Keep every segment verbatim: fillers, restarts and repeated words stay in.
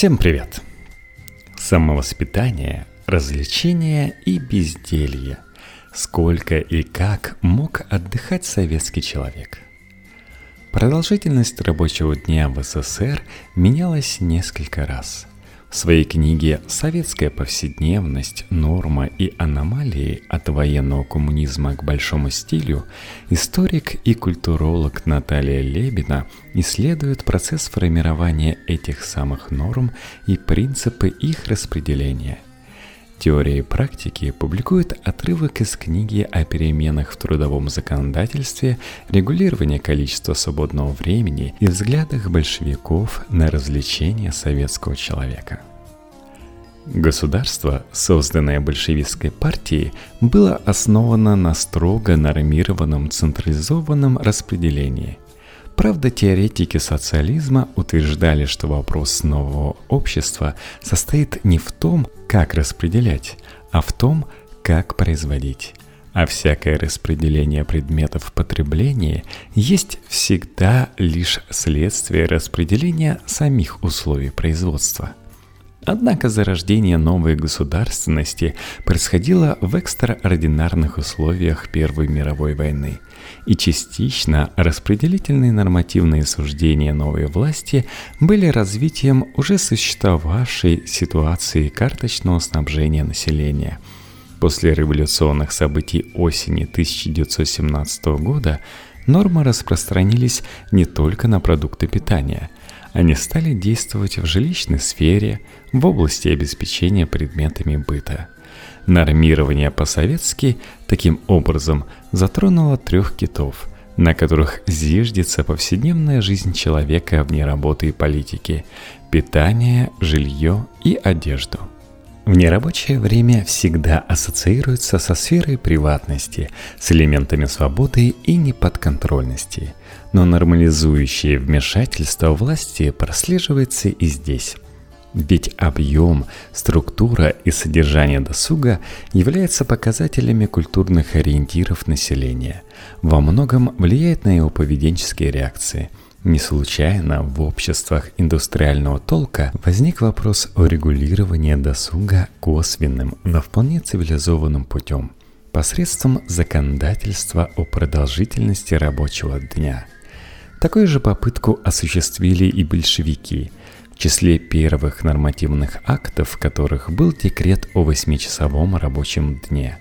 Всем привет! Самовоспитание, развлечение и безделье. Сколько и как мог отдыхать советский человек? Продолжительность рабочего дня в СССР менялась несколько раз. В своей книге «Советская повседневность. Норма и аномалии. От военного коммунизма к большому стилю» историк и культуролог Наталья Лебина исследует процесс формирования этих самых норм и принципы их распределения. Теория и практики публикует отрывок из книги о переменах в трудовом законодательстве, регулировании количества свободного времени и взглядах большевиков на развлечения советского человека. Государство, созданное большевистской партией, было основано на строго нормированном централизованном распределении. Правда, теоретики социализма утверждали, что вопрос нового общества состоит не в том, как распределять, а в том, как производить. А всякое распределение предметов потребления есть всегда лишь следствие распределения самих условий производства. Однако зарождение новой государственности происходило в экстраординарных условиях Первой мировой войны, и частично распределительные нормативные суждения новой власти были развитием уже существовавшей ситуации карточного снабжения населения. После революционных событий осени тысяча девятьсот семнадцатого года нормы распространились не только на продукты питания. Они стали действовать в жилищной сфере, в области обеспечения предметами быта. Нормирование по-советски таким образом затронуло трех китов, на которых зиждется повседневная жизнь человека вне работы и политики – питание, жилье и одежду. Внерабочее время всегда ассоциируется со сферой приватности, с элементами свободы и неподконтрольности, но нормализующее вмешательство власти прослеживается и здесь. Ведь объем, структура и содержание досуга являются показателями культурных ориентиров населения, во многом влияет на его поведенческие реакции. Не случайно в обществах индустриального толка возник вопрос о регулировании досуга косвенным, но вполне цивилизованным путем, посредством законодательства о продолжительности рабочего дня. Такую же попытку осуществили и большевики. В числе первых нормативных актов которых был декрет о восьмичасовом рабочем дне.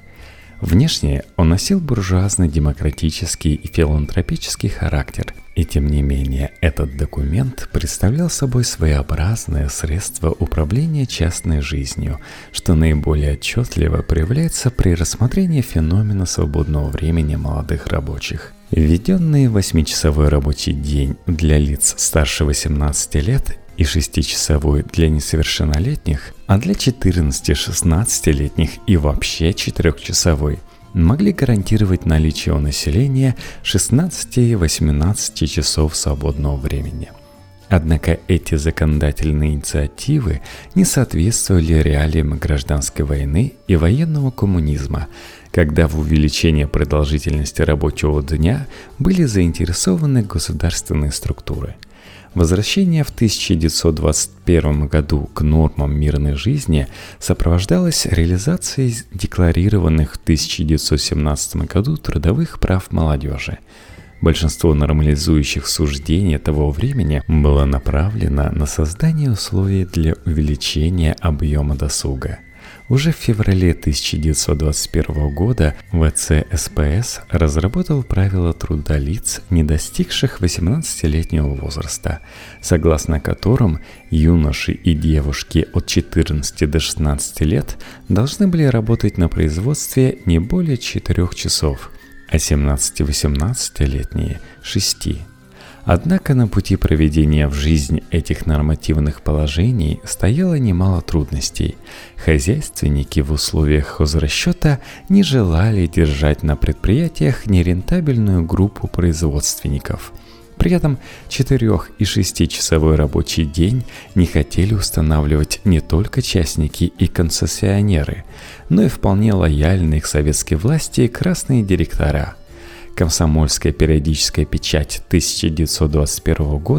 Внешне он носил буржуазно-демократический и филантропический характер, и тем не менее этот документ представлял собой своеобразное средство управления частной жизнью, что наиболее отчетливо проявляется при рассмотрении феномена свободного времени молодых рабочих. Введенный восьмичасовой рабочий день для лиц старше восемнадцати лет и шестичасовой для несовершеннолетних, а для четырнадцати-шестнадцатилетних и вообще четырехчасовой, могли гарантировать наличие у населения шестнадцати-восемнадцати часов свободного времени. Однако эти законодательные инициативы не соответствовали реалиям гражданской войны и военного коммунизма, когда в увеличении продолжительности рабочего дня были заинтересованы государственные структуры. Возвращение в тысяча девятьсот двадцать первом году к нормам мирной жизни сопровождалось реализацией декларированных в тысяча девятьсот семнадцатом году трудовых прав молодежи. Большинство нормализующих суждений того времени было направлено на создание условий для увеличения объема досуга. Уже в феврале тысяча девятьсот двадцать первого года вэ цэ эс пэ эс разработал правила труда лиц, не достигших восемнадцатилетнего возраста, согласно которым юноши и девушки от четырнадцати до шестнадцати лет должны были работать на производстве не более четырех часов, а семнадцати-восемнадцатилетние – шести. Однако на пути проведения в жизнь этих нормативных положений стояло немало трудностей. Хозяйственники в условиях хозрасчета не желали держать на предприятиях нерентабельную группу производственников. При этом четырех- и шестичасовой рабочий день не хотели устанавливать не только частники и концессионеры, но и вполне лояльные к советской власти красные директора. Комсомольская периодическая печать тысяча девятьсот двадцать первого года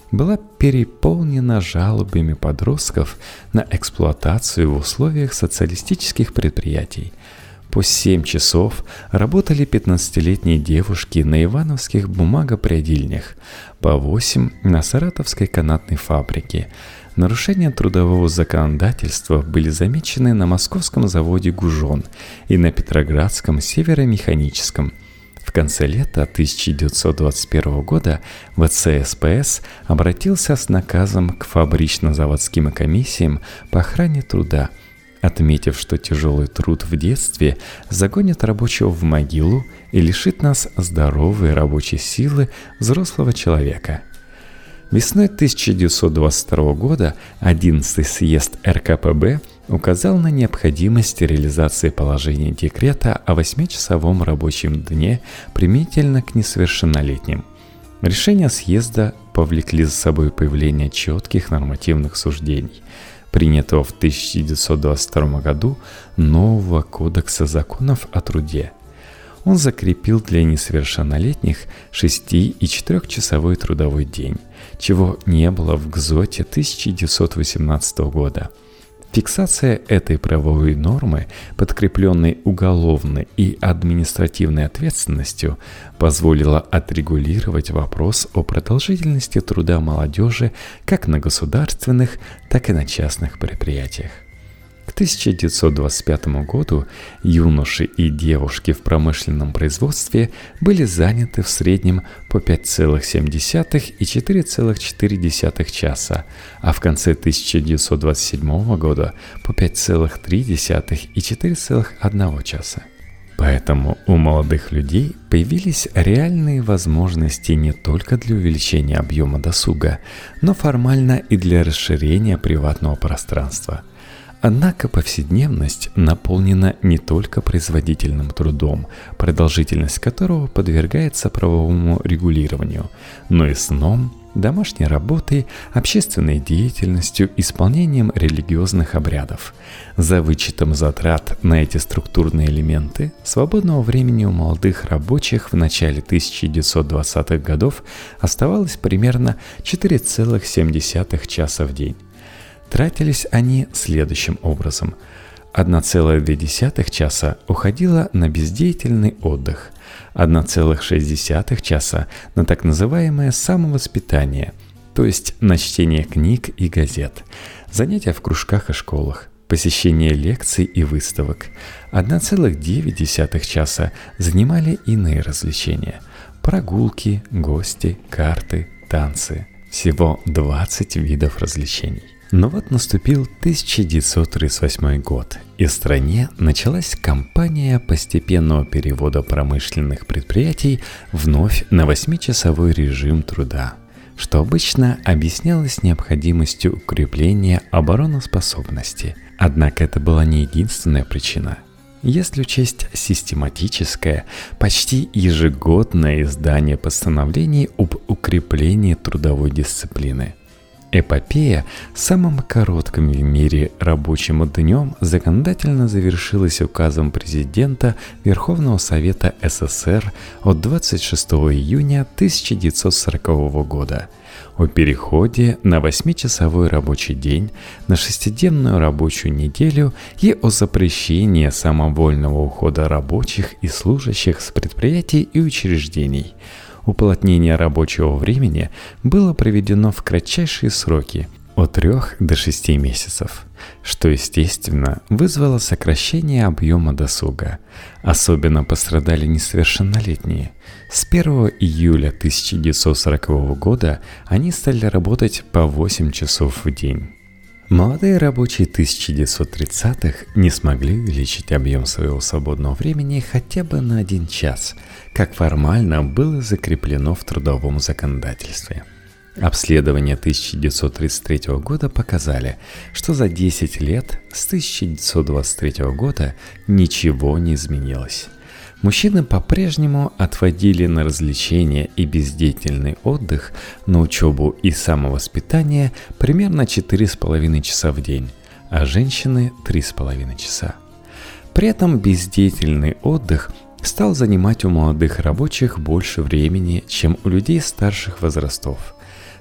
была переполнена жалобами подростков на эксплуатацию в условиях социалистических предприятий. По семь часов работали пятнадцатилетние девушки на ивановских бумагопрядильнях, по восемь на саратовской канатной фабрике. Нарушения трудового законодательства были замечены на московском заводе «Гужон» и на петроградском северомеханическом. В конце лета тысяча девятьсот двадцать первого года вэ цэ эс пэ эс обратился с наказом к фабрично-заводским комиссиям по охране труда, отметив, что тяжелый труд в детстве загонит рабочего в могилу и лишит нас здоровой рабочей силы взрослого человека. Весной тысяча девятьсот двадцать второго года одиннадцатый съезд эр ка пэ бэ указал на необходимость реализации положения декрета о восьмичасовом рабочем дне применительно к несовершеннолетним. Решения съезда повлекли за собой появление четких нормативных суждений, принятого в тысяча девятьсот двадцать втором году нового Кодекса законов о труде. Он закрепил для несовершеннолетних шести- и четырехчасовой трудовой день, чего не было в ГЗОТе тысяча девятьсот восемнадцатого года. Фиксация этой правовой нормы, подкрепленной уголовной и административной ответственностью, позволила отрегулировать вопрос о продолжительности труда молодежи как на государственных, так и на частных предприятиях. К тысяча девятьсот двадцать пятому году юноши и девушки в промышленном производстве были заняты в среднем по пять целых семь десятых и четыре целых четыре десятых часа, а в конце тысяча девятьсот двадцать седьмого года по пять целых три десятых и четыре целых одного часа. Поэтому у молодых людей появились реальные возможности не только для увеличения объема досуга, но формально и для расширения приватного пространства. Однако повседневность наполнена не только производительным трудом, продолжительность которого подвергается правовому регулированию, но и сном, домашней работой, общественной деятельностью, исполнением религиозных обрядов. За вычетом затрат на эти структурные элементы свободного времени у молодых рабочих в начале тысяча девятьсот двадцатых годов оставалось примерно четыре целых семь десятых часа в день. Тратились они следующим образом. одна целая две десятых часа уходило на бездеятельный отдых, одна целая шесть десятых часа на так называемое самовоспитание, то есть на чтение книг и газет, занятия в кружках и школах, посещение лекций и выставок. одна целая девять десятых часа занимали иные развлечения – прогулки, гости, карты, танцы. Всего двадцать видов развлечений. Но вот наступил тысяча девятьсот тридцать восьмой год, и в стране началась кампания постепенного перевода промышленных предприятий вновь на восьмичасовой режим труда, что обычно объяснялось необходимостью укрепления обороноспособности. Однако это была не единственная причина. Если учесть систематическое, почти ежегодное издание постановлений об укреплении трудовой дисциплины. Эпопея самым коротким в мире рабочим днем законодательно завершилась указом президента Верховного Совета эс эс эс эр от двадцать шестого июня тысяча девятьсот сорокового года о переходе на восьмичасовой рабочий день, на шестидневную рабочую неделю и о запрещении самовольного ухода рабочих и служащих с предприятий и учреждений. Уплотнение рабочего времени было проведено в кратчайшие сроки – от трех до шести месяцев, что, естественно, вызвало сокращение объема досуга. Особенно пострадали несовершеннолетние. С первого июля тысяча девятьсот сорокового года они стали работать по восемь часов в день. Молодые рабочие тысяча девятьсот тридцатых не смогли увеличить объем своего свободного времени хотя бы на один час, как формально было закреплено в трудовом законодательстве. Обследования тысяча девятьсот тридцать третьего года показали, что за десять лет с тысяча девятьсот двадцать третьего года ничего не изменилось. Мужчины по-прежнему отводили на развлечения и бездеятельный отдых, на учебу и самовоспитание примерно четыре с половиной часа в день, а женщины – три с половиной часа. При этом бездеятельный отдых стал занимать у молодых рабочих больше времени, чем у людей старших возрастов.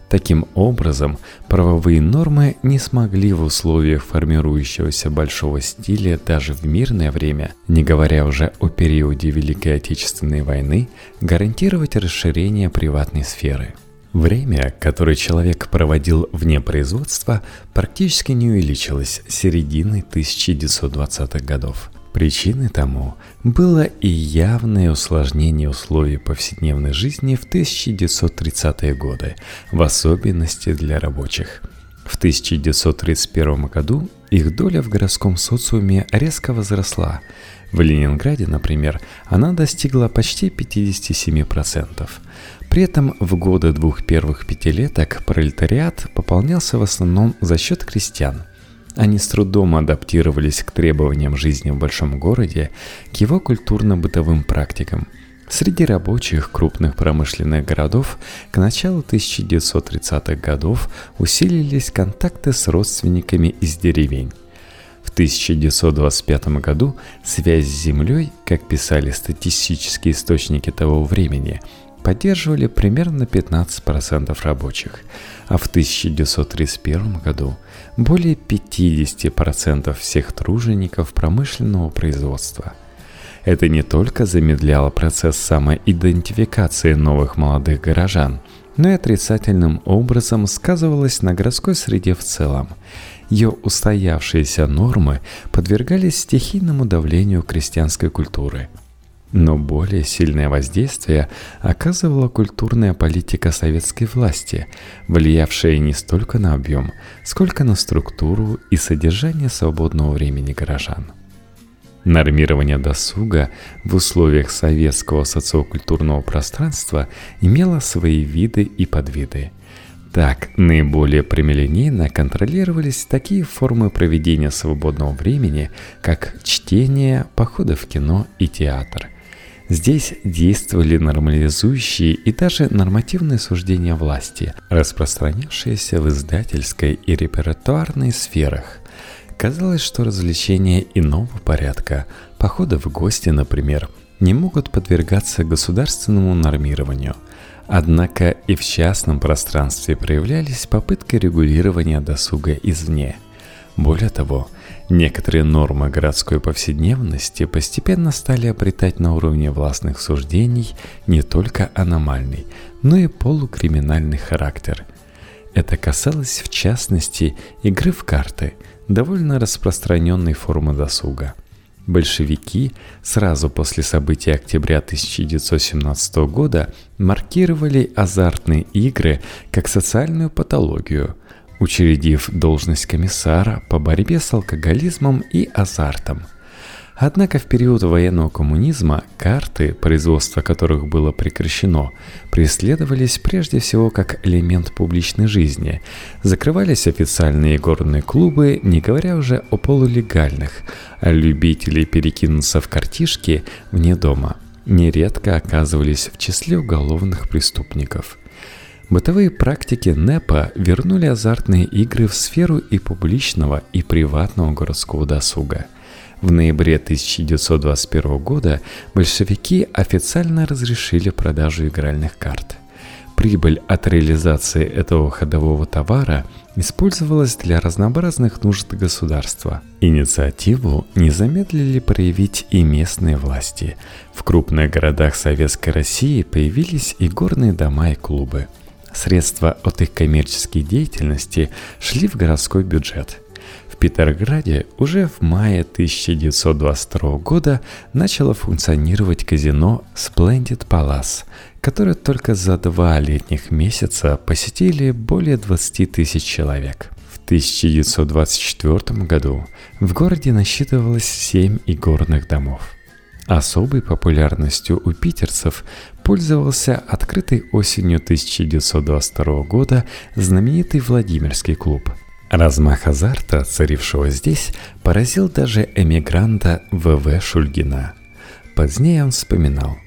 Таким образом, правовые нормы не смогли в условиях формирующегося большого стиля даже в мирное время, не говоря уже о периоде Великой Отечественной войны, гарантировать расширение приватной сферы. Время, которое человек проводил вне производства, практически не увеличилось с середины тысяча девятьсот двадцатых годов. Причиной тому было и явное усложнение условий повседневной жизни в тысяча девятьсот тридцатые годы, в особенности для рабочих. В тысяча девятьсот тридцать первом году их доля в городском социуме резко возросла. В Ленинграде, например, она достигла почти пятьдесят семь процентов. При этом в годы двух первых пятилеток пролетариат пополнялся в основном за счет крестьян. Они с трудом адаптировались к требованиям жизни в большом городе, к его культурно-бытовым практикам. Среди рабочих крупных промышленных городов к началу тысяча девятьсот тридцатых годов усилились контакты с родственниками из деревень. В тысяча девятьсот двадцать пятом году связь с землей, как писали статистические источники того времени, поддерживали примерно пятнадцать процентов рабочих, а в тысяча девятьсот тридцать первом году более пятьдесят процентов всех тружеников промышленного производства. Это не только замедляло процесс самоидентификации новых молодых горожан, но и отрицательным образом сказывалось на городской среде в целом. Ее устоявшиеся нормы подвергались стихийному давлению крестьянской культуры. Но более сильное воздействие оказывала культурная политика советской власти, влиявшая не столько на объем, сколько на структуру и содержание свободного времени горожан. Нормирование досуга в условиях советского социокультурного пространства имело свои виды и подвиды. Так, наиболее прямолинейно контролировались такие формы проведения свободного времени, как чтение, походы в кино и театр. Здесь действовали нормализующие и даже нормативные суждения власти, распространявшиеся в издательской и репертуарной сферах. Казалось, что развлечения иного порядка, походы в гости, например, не могут подвергаться государственному нормированию. Однако и в частном пространстве проявлялись попытки регулирования досуга извне. Более того, некоторые нормы городской повседневности постепенно стали обретать на уровне властных суждений не только аномальный, но и полукриминальный характер. Это касалось, в частности, игры в карты, довольно распространенной формы досуга. Большевики сразу после событий октября тысяча девятьсот семнадцатого года маркировали азартные игры как социальную патологию, учредив должность комиссара по борьбе с алкоголизмом и азартом. Однако в период военного коммунизма карты, производство которых было прекращено, преследовались прежде всего как элемент публичной жизни. Закрывались официальные игорные клубы, не говоря уже о полулегальных, а любители перекинуться в картишки вне дома нередко оказывались в числе уголовных преступников. Бытовые практики НЭПа вернули азартные игры в сферу и публичного, и приватного городского досуга. В ноябре тысяча девятьсот двадцать первого года большевики официально разрешили продажу игральных карт. Прибыль от реализации этого ходового товара использовалась для разнообразных нужд государства. Инициативу не замедлили проявить и местные власти. В крупных городах Советской России появились игорные дома и клубы. Средства от их коммерческой деятельности шли в городской бюджет. В Петрограде уже в мае тысяча девятьсот двадцать второго года начало функционировать казино Splendid Palace, которое только за два летних месяца посетили более двадцати тысяч человек. В тысяча девятьсот двадцать четвёртом году в городе насчитывалось семь игорных домов. Особой популярностью у питерцев пользовался открытый осенью тысяча девятьсот двадцать второго года знаменитый Владимирский клуб. Размах азарта, царившего здесь, поразил даже эмигранта вэ вэ Шульгина. Позднее он вспоминал: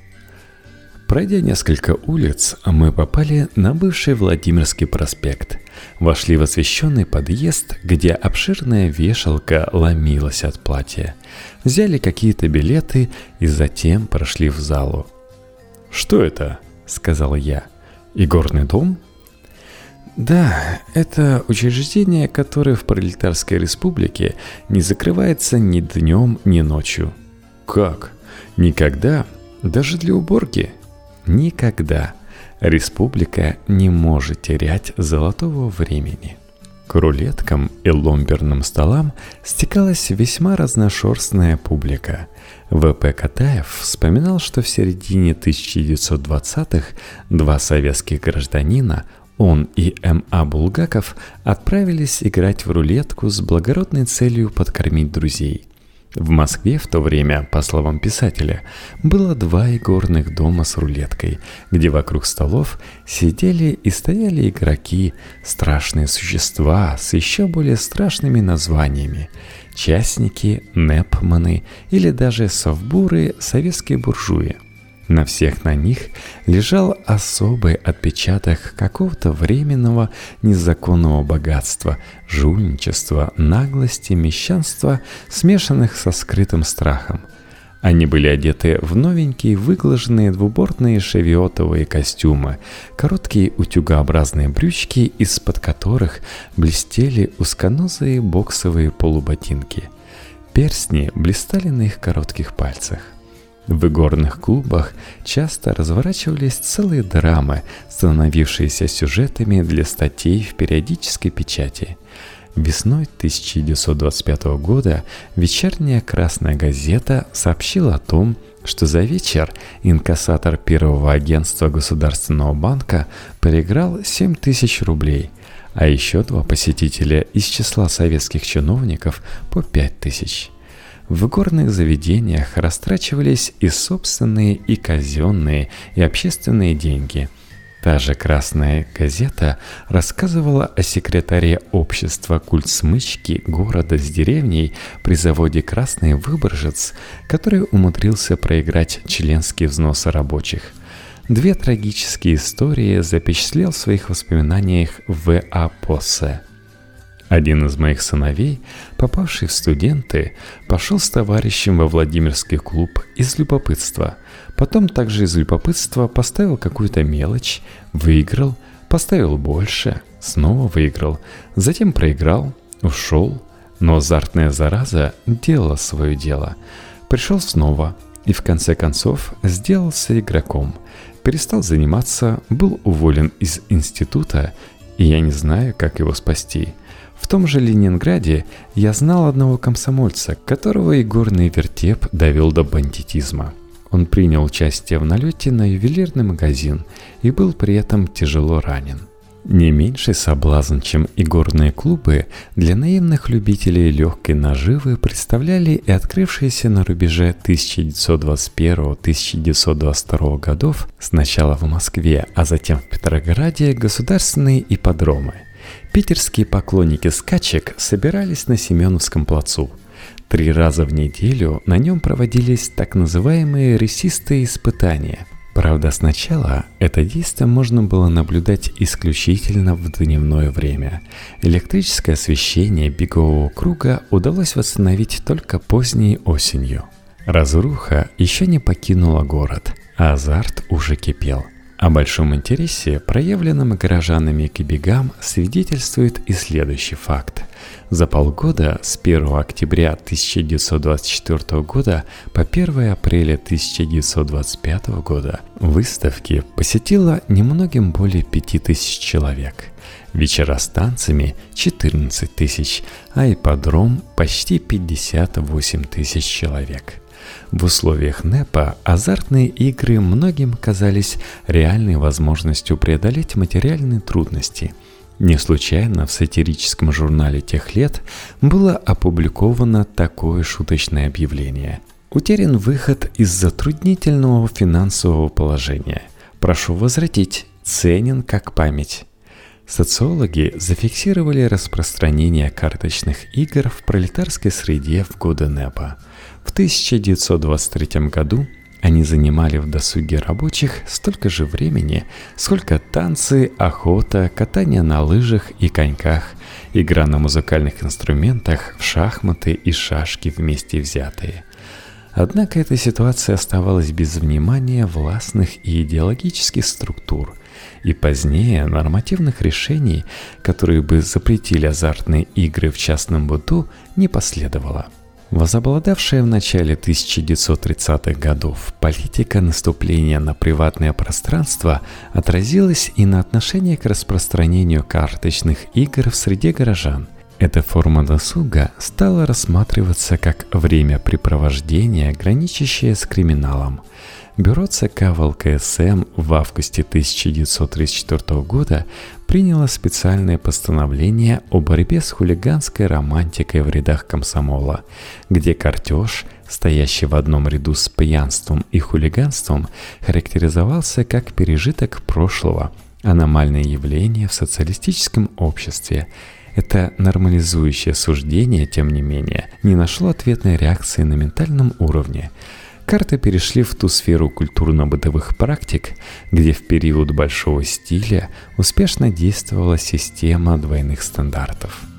«Пройдя несколько улиц, мы попали на бывший Владимирский проспект, вошли в освещенный подъезд, где обширная вешалка ломилась от платья, взяли какие-то билеты и затем прошли в залу. «Что это?» — сказал я. «Игорный дом?» Да, это учреждение, которое в пролетарской республике не закрывается ни днем, ни ночью. Как? Никогда? Даже для уборки? Никогда. Республика не может терять золотого времени. К рулеткам и ломберным столам стекалась весьма разношерстная публика. вэ пэ Катаев вспоминал, что в середине тысяча девятьсот двадцатых два советских гражданина, он и эм а Булгаков, отправились играть в рулетку с благородной целью подкормить друзей. В Москве в то время, по словам писателя, было два игорных дома с рулеткой, где вокруг столов сидели и стояли игроки, страшные существа с еще более страшными названиями – частники, непманы или даже совбуры, советские буржуи. На всех на них лежал особый отпечаток какого-то временного незаконного богатства, жульничества, наглости, мещанства, смешанных со скрытым страхом. Они были одеты в новенькие выглаженные двубортные шевиотовые костюмы, короткие утюгообразные брючки, из-под которых блестели узконозые боксовые полуботинки. Перстни блистали на их коротких пальцах. В игорных клубах часто разворачивались целые драмы, становившиеся сюжетами для статей в периодической печати. Весной тысяча девятьсот двадцать пятого года вечерняя «Красная газета» сообщила о том, что за вечер инкассатор первого агентства Государственного банка проиграл семь тысяч рублей, а еще два посетителя из числа советских чиновников по пять тысяч. В игорных заведениях растрачивались и собственные, и казенные, и общественные деньги. Та же «Красная газета» рассказывала о секретаре общества «Культ смычки» города с деревней при заводе «Красный Выборжец», который умудрился проиграть членские взносы рабочих. Две трагические истории запечатлел в своих воспоминаниях В А Поsse. Один из моих сыновей, попавший в студенты, пошел с товарищем во Владимирский клуб из любопытства. Потом также из любопытства поставил какую-то мелочь, выиграл, поставил больше, снова выиграл, затем проиграл, ушел. Но азартная зараза делала свое дело. Пришел снова и в конце концов сделался игроком. Перестал заниматься, был уволен из института, и я не знаю, как его спасти. В том же Ленинграде я знал одного комсомольца, которого игорный вертеп довел до бандитизма. Он принял участие в налете на ювелирный магазин и был при этом тяжело ранен. Не меньший соблазн, чем игорные клубы, для наивных любителей легкой наживы представляли и открывшиеся на рубеже тысяча девятьсот двадцать первого — тысяча девятьсот двадцать второго годов сначала в Москве, а затем в Петрограде государственные ипподромы. Питерские поклонники скачек собирались на Семеновском плацу. Три раза в неделю на нем проводились так называемые рысистые испытания. Правда, сначала это действие можно было наблюдать исключительно в дневное время. Электрическое освещение бегового круга удалось восстановить только поздней осенью. Разруха еще не покинула город, а азарт уже кипел. О большом интересе, проявленном горожанами к бегам, свидетельствует и следующий факт. За полгода с первого октября тысяча девятьсот двадцать четвёртого года по первого апреля тысяча девятьсот двадцать пятого года выставки посетило немногим более пяти тысяч человек. Вечера с танцами – четырнадцать тысяч, а ипподром – почти пятьдесят восемь тысяч человек. В условиях НЭПа азартные игры многим казались реальной возможностью преодолеть материальные трудности. Не случайно в сатирическом журнале тех лет было опубликовано такое шуточное объявление: «Утерян выход из затруднительного финансового положения. Прошу возвратить. Ценен как память». Социологи зафиксировали распространение карточных игр в пролетарской среде в годы НЭПа. В тысяча девятьсот двадцать третьем году они занимали в досуге рабочих столько же времени, сколько танцы, охота, катание на лыжах и коньках, игра на музыкальных инструментах, в шахматы и шашки вместе взятые. Однако эта ситуация оставалась без внимания властных и идеологических структур. и позднее нормативных решений, которые бы запретили азартные игры в частном быту, не последовало. Возобладавшая в начале тысяча девятьсот тридцатых годов политика наступления на приватное пространство отразилась и на отношении к распространению карточных игр в среде горожан. Эта форма досуга стала рассматриваться как времяпрепровождение, граничащее с криминалом. Бюро ЦК ВЛКСМ в августе тысяча девятьсот тридцать четвёртого года приняло специальное постановление о борьбе с хулиганской романтикой в рядах комсомола, где картеж, стоящий в одном ряду с пьянством и хулиганством, характеризовался как пережиток прошлого, аномальное явление в социалистическом обществе. Это нормализующее суждение, тем не менее, не нашло ответной реакции на ментальном уровне. Карты перешли в ту сферу культурно-бытовых практик, где в период большого стиля успешно действовала система двойных стандартов.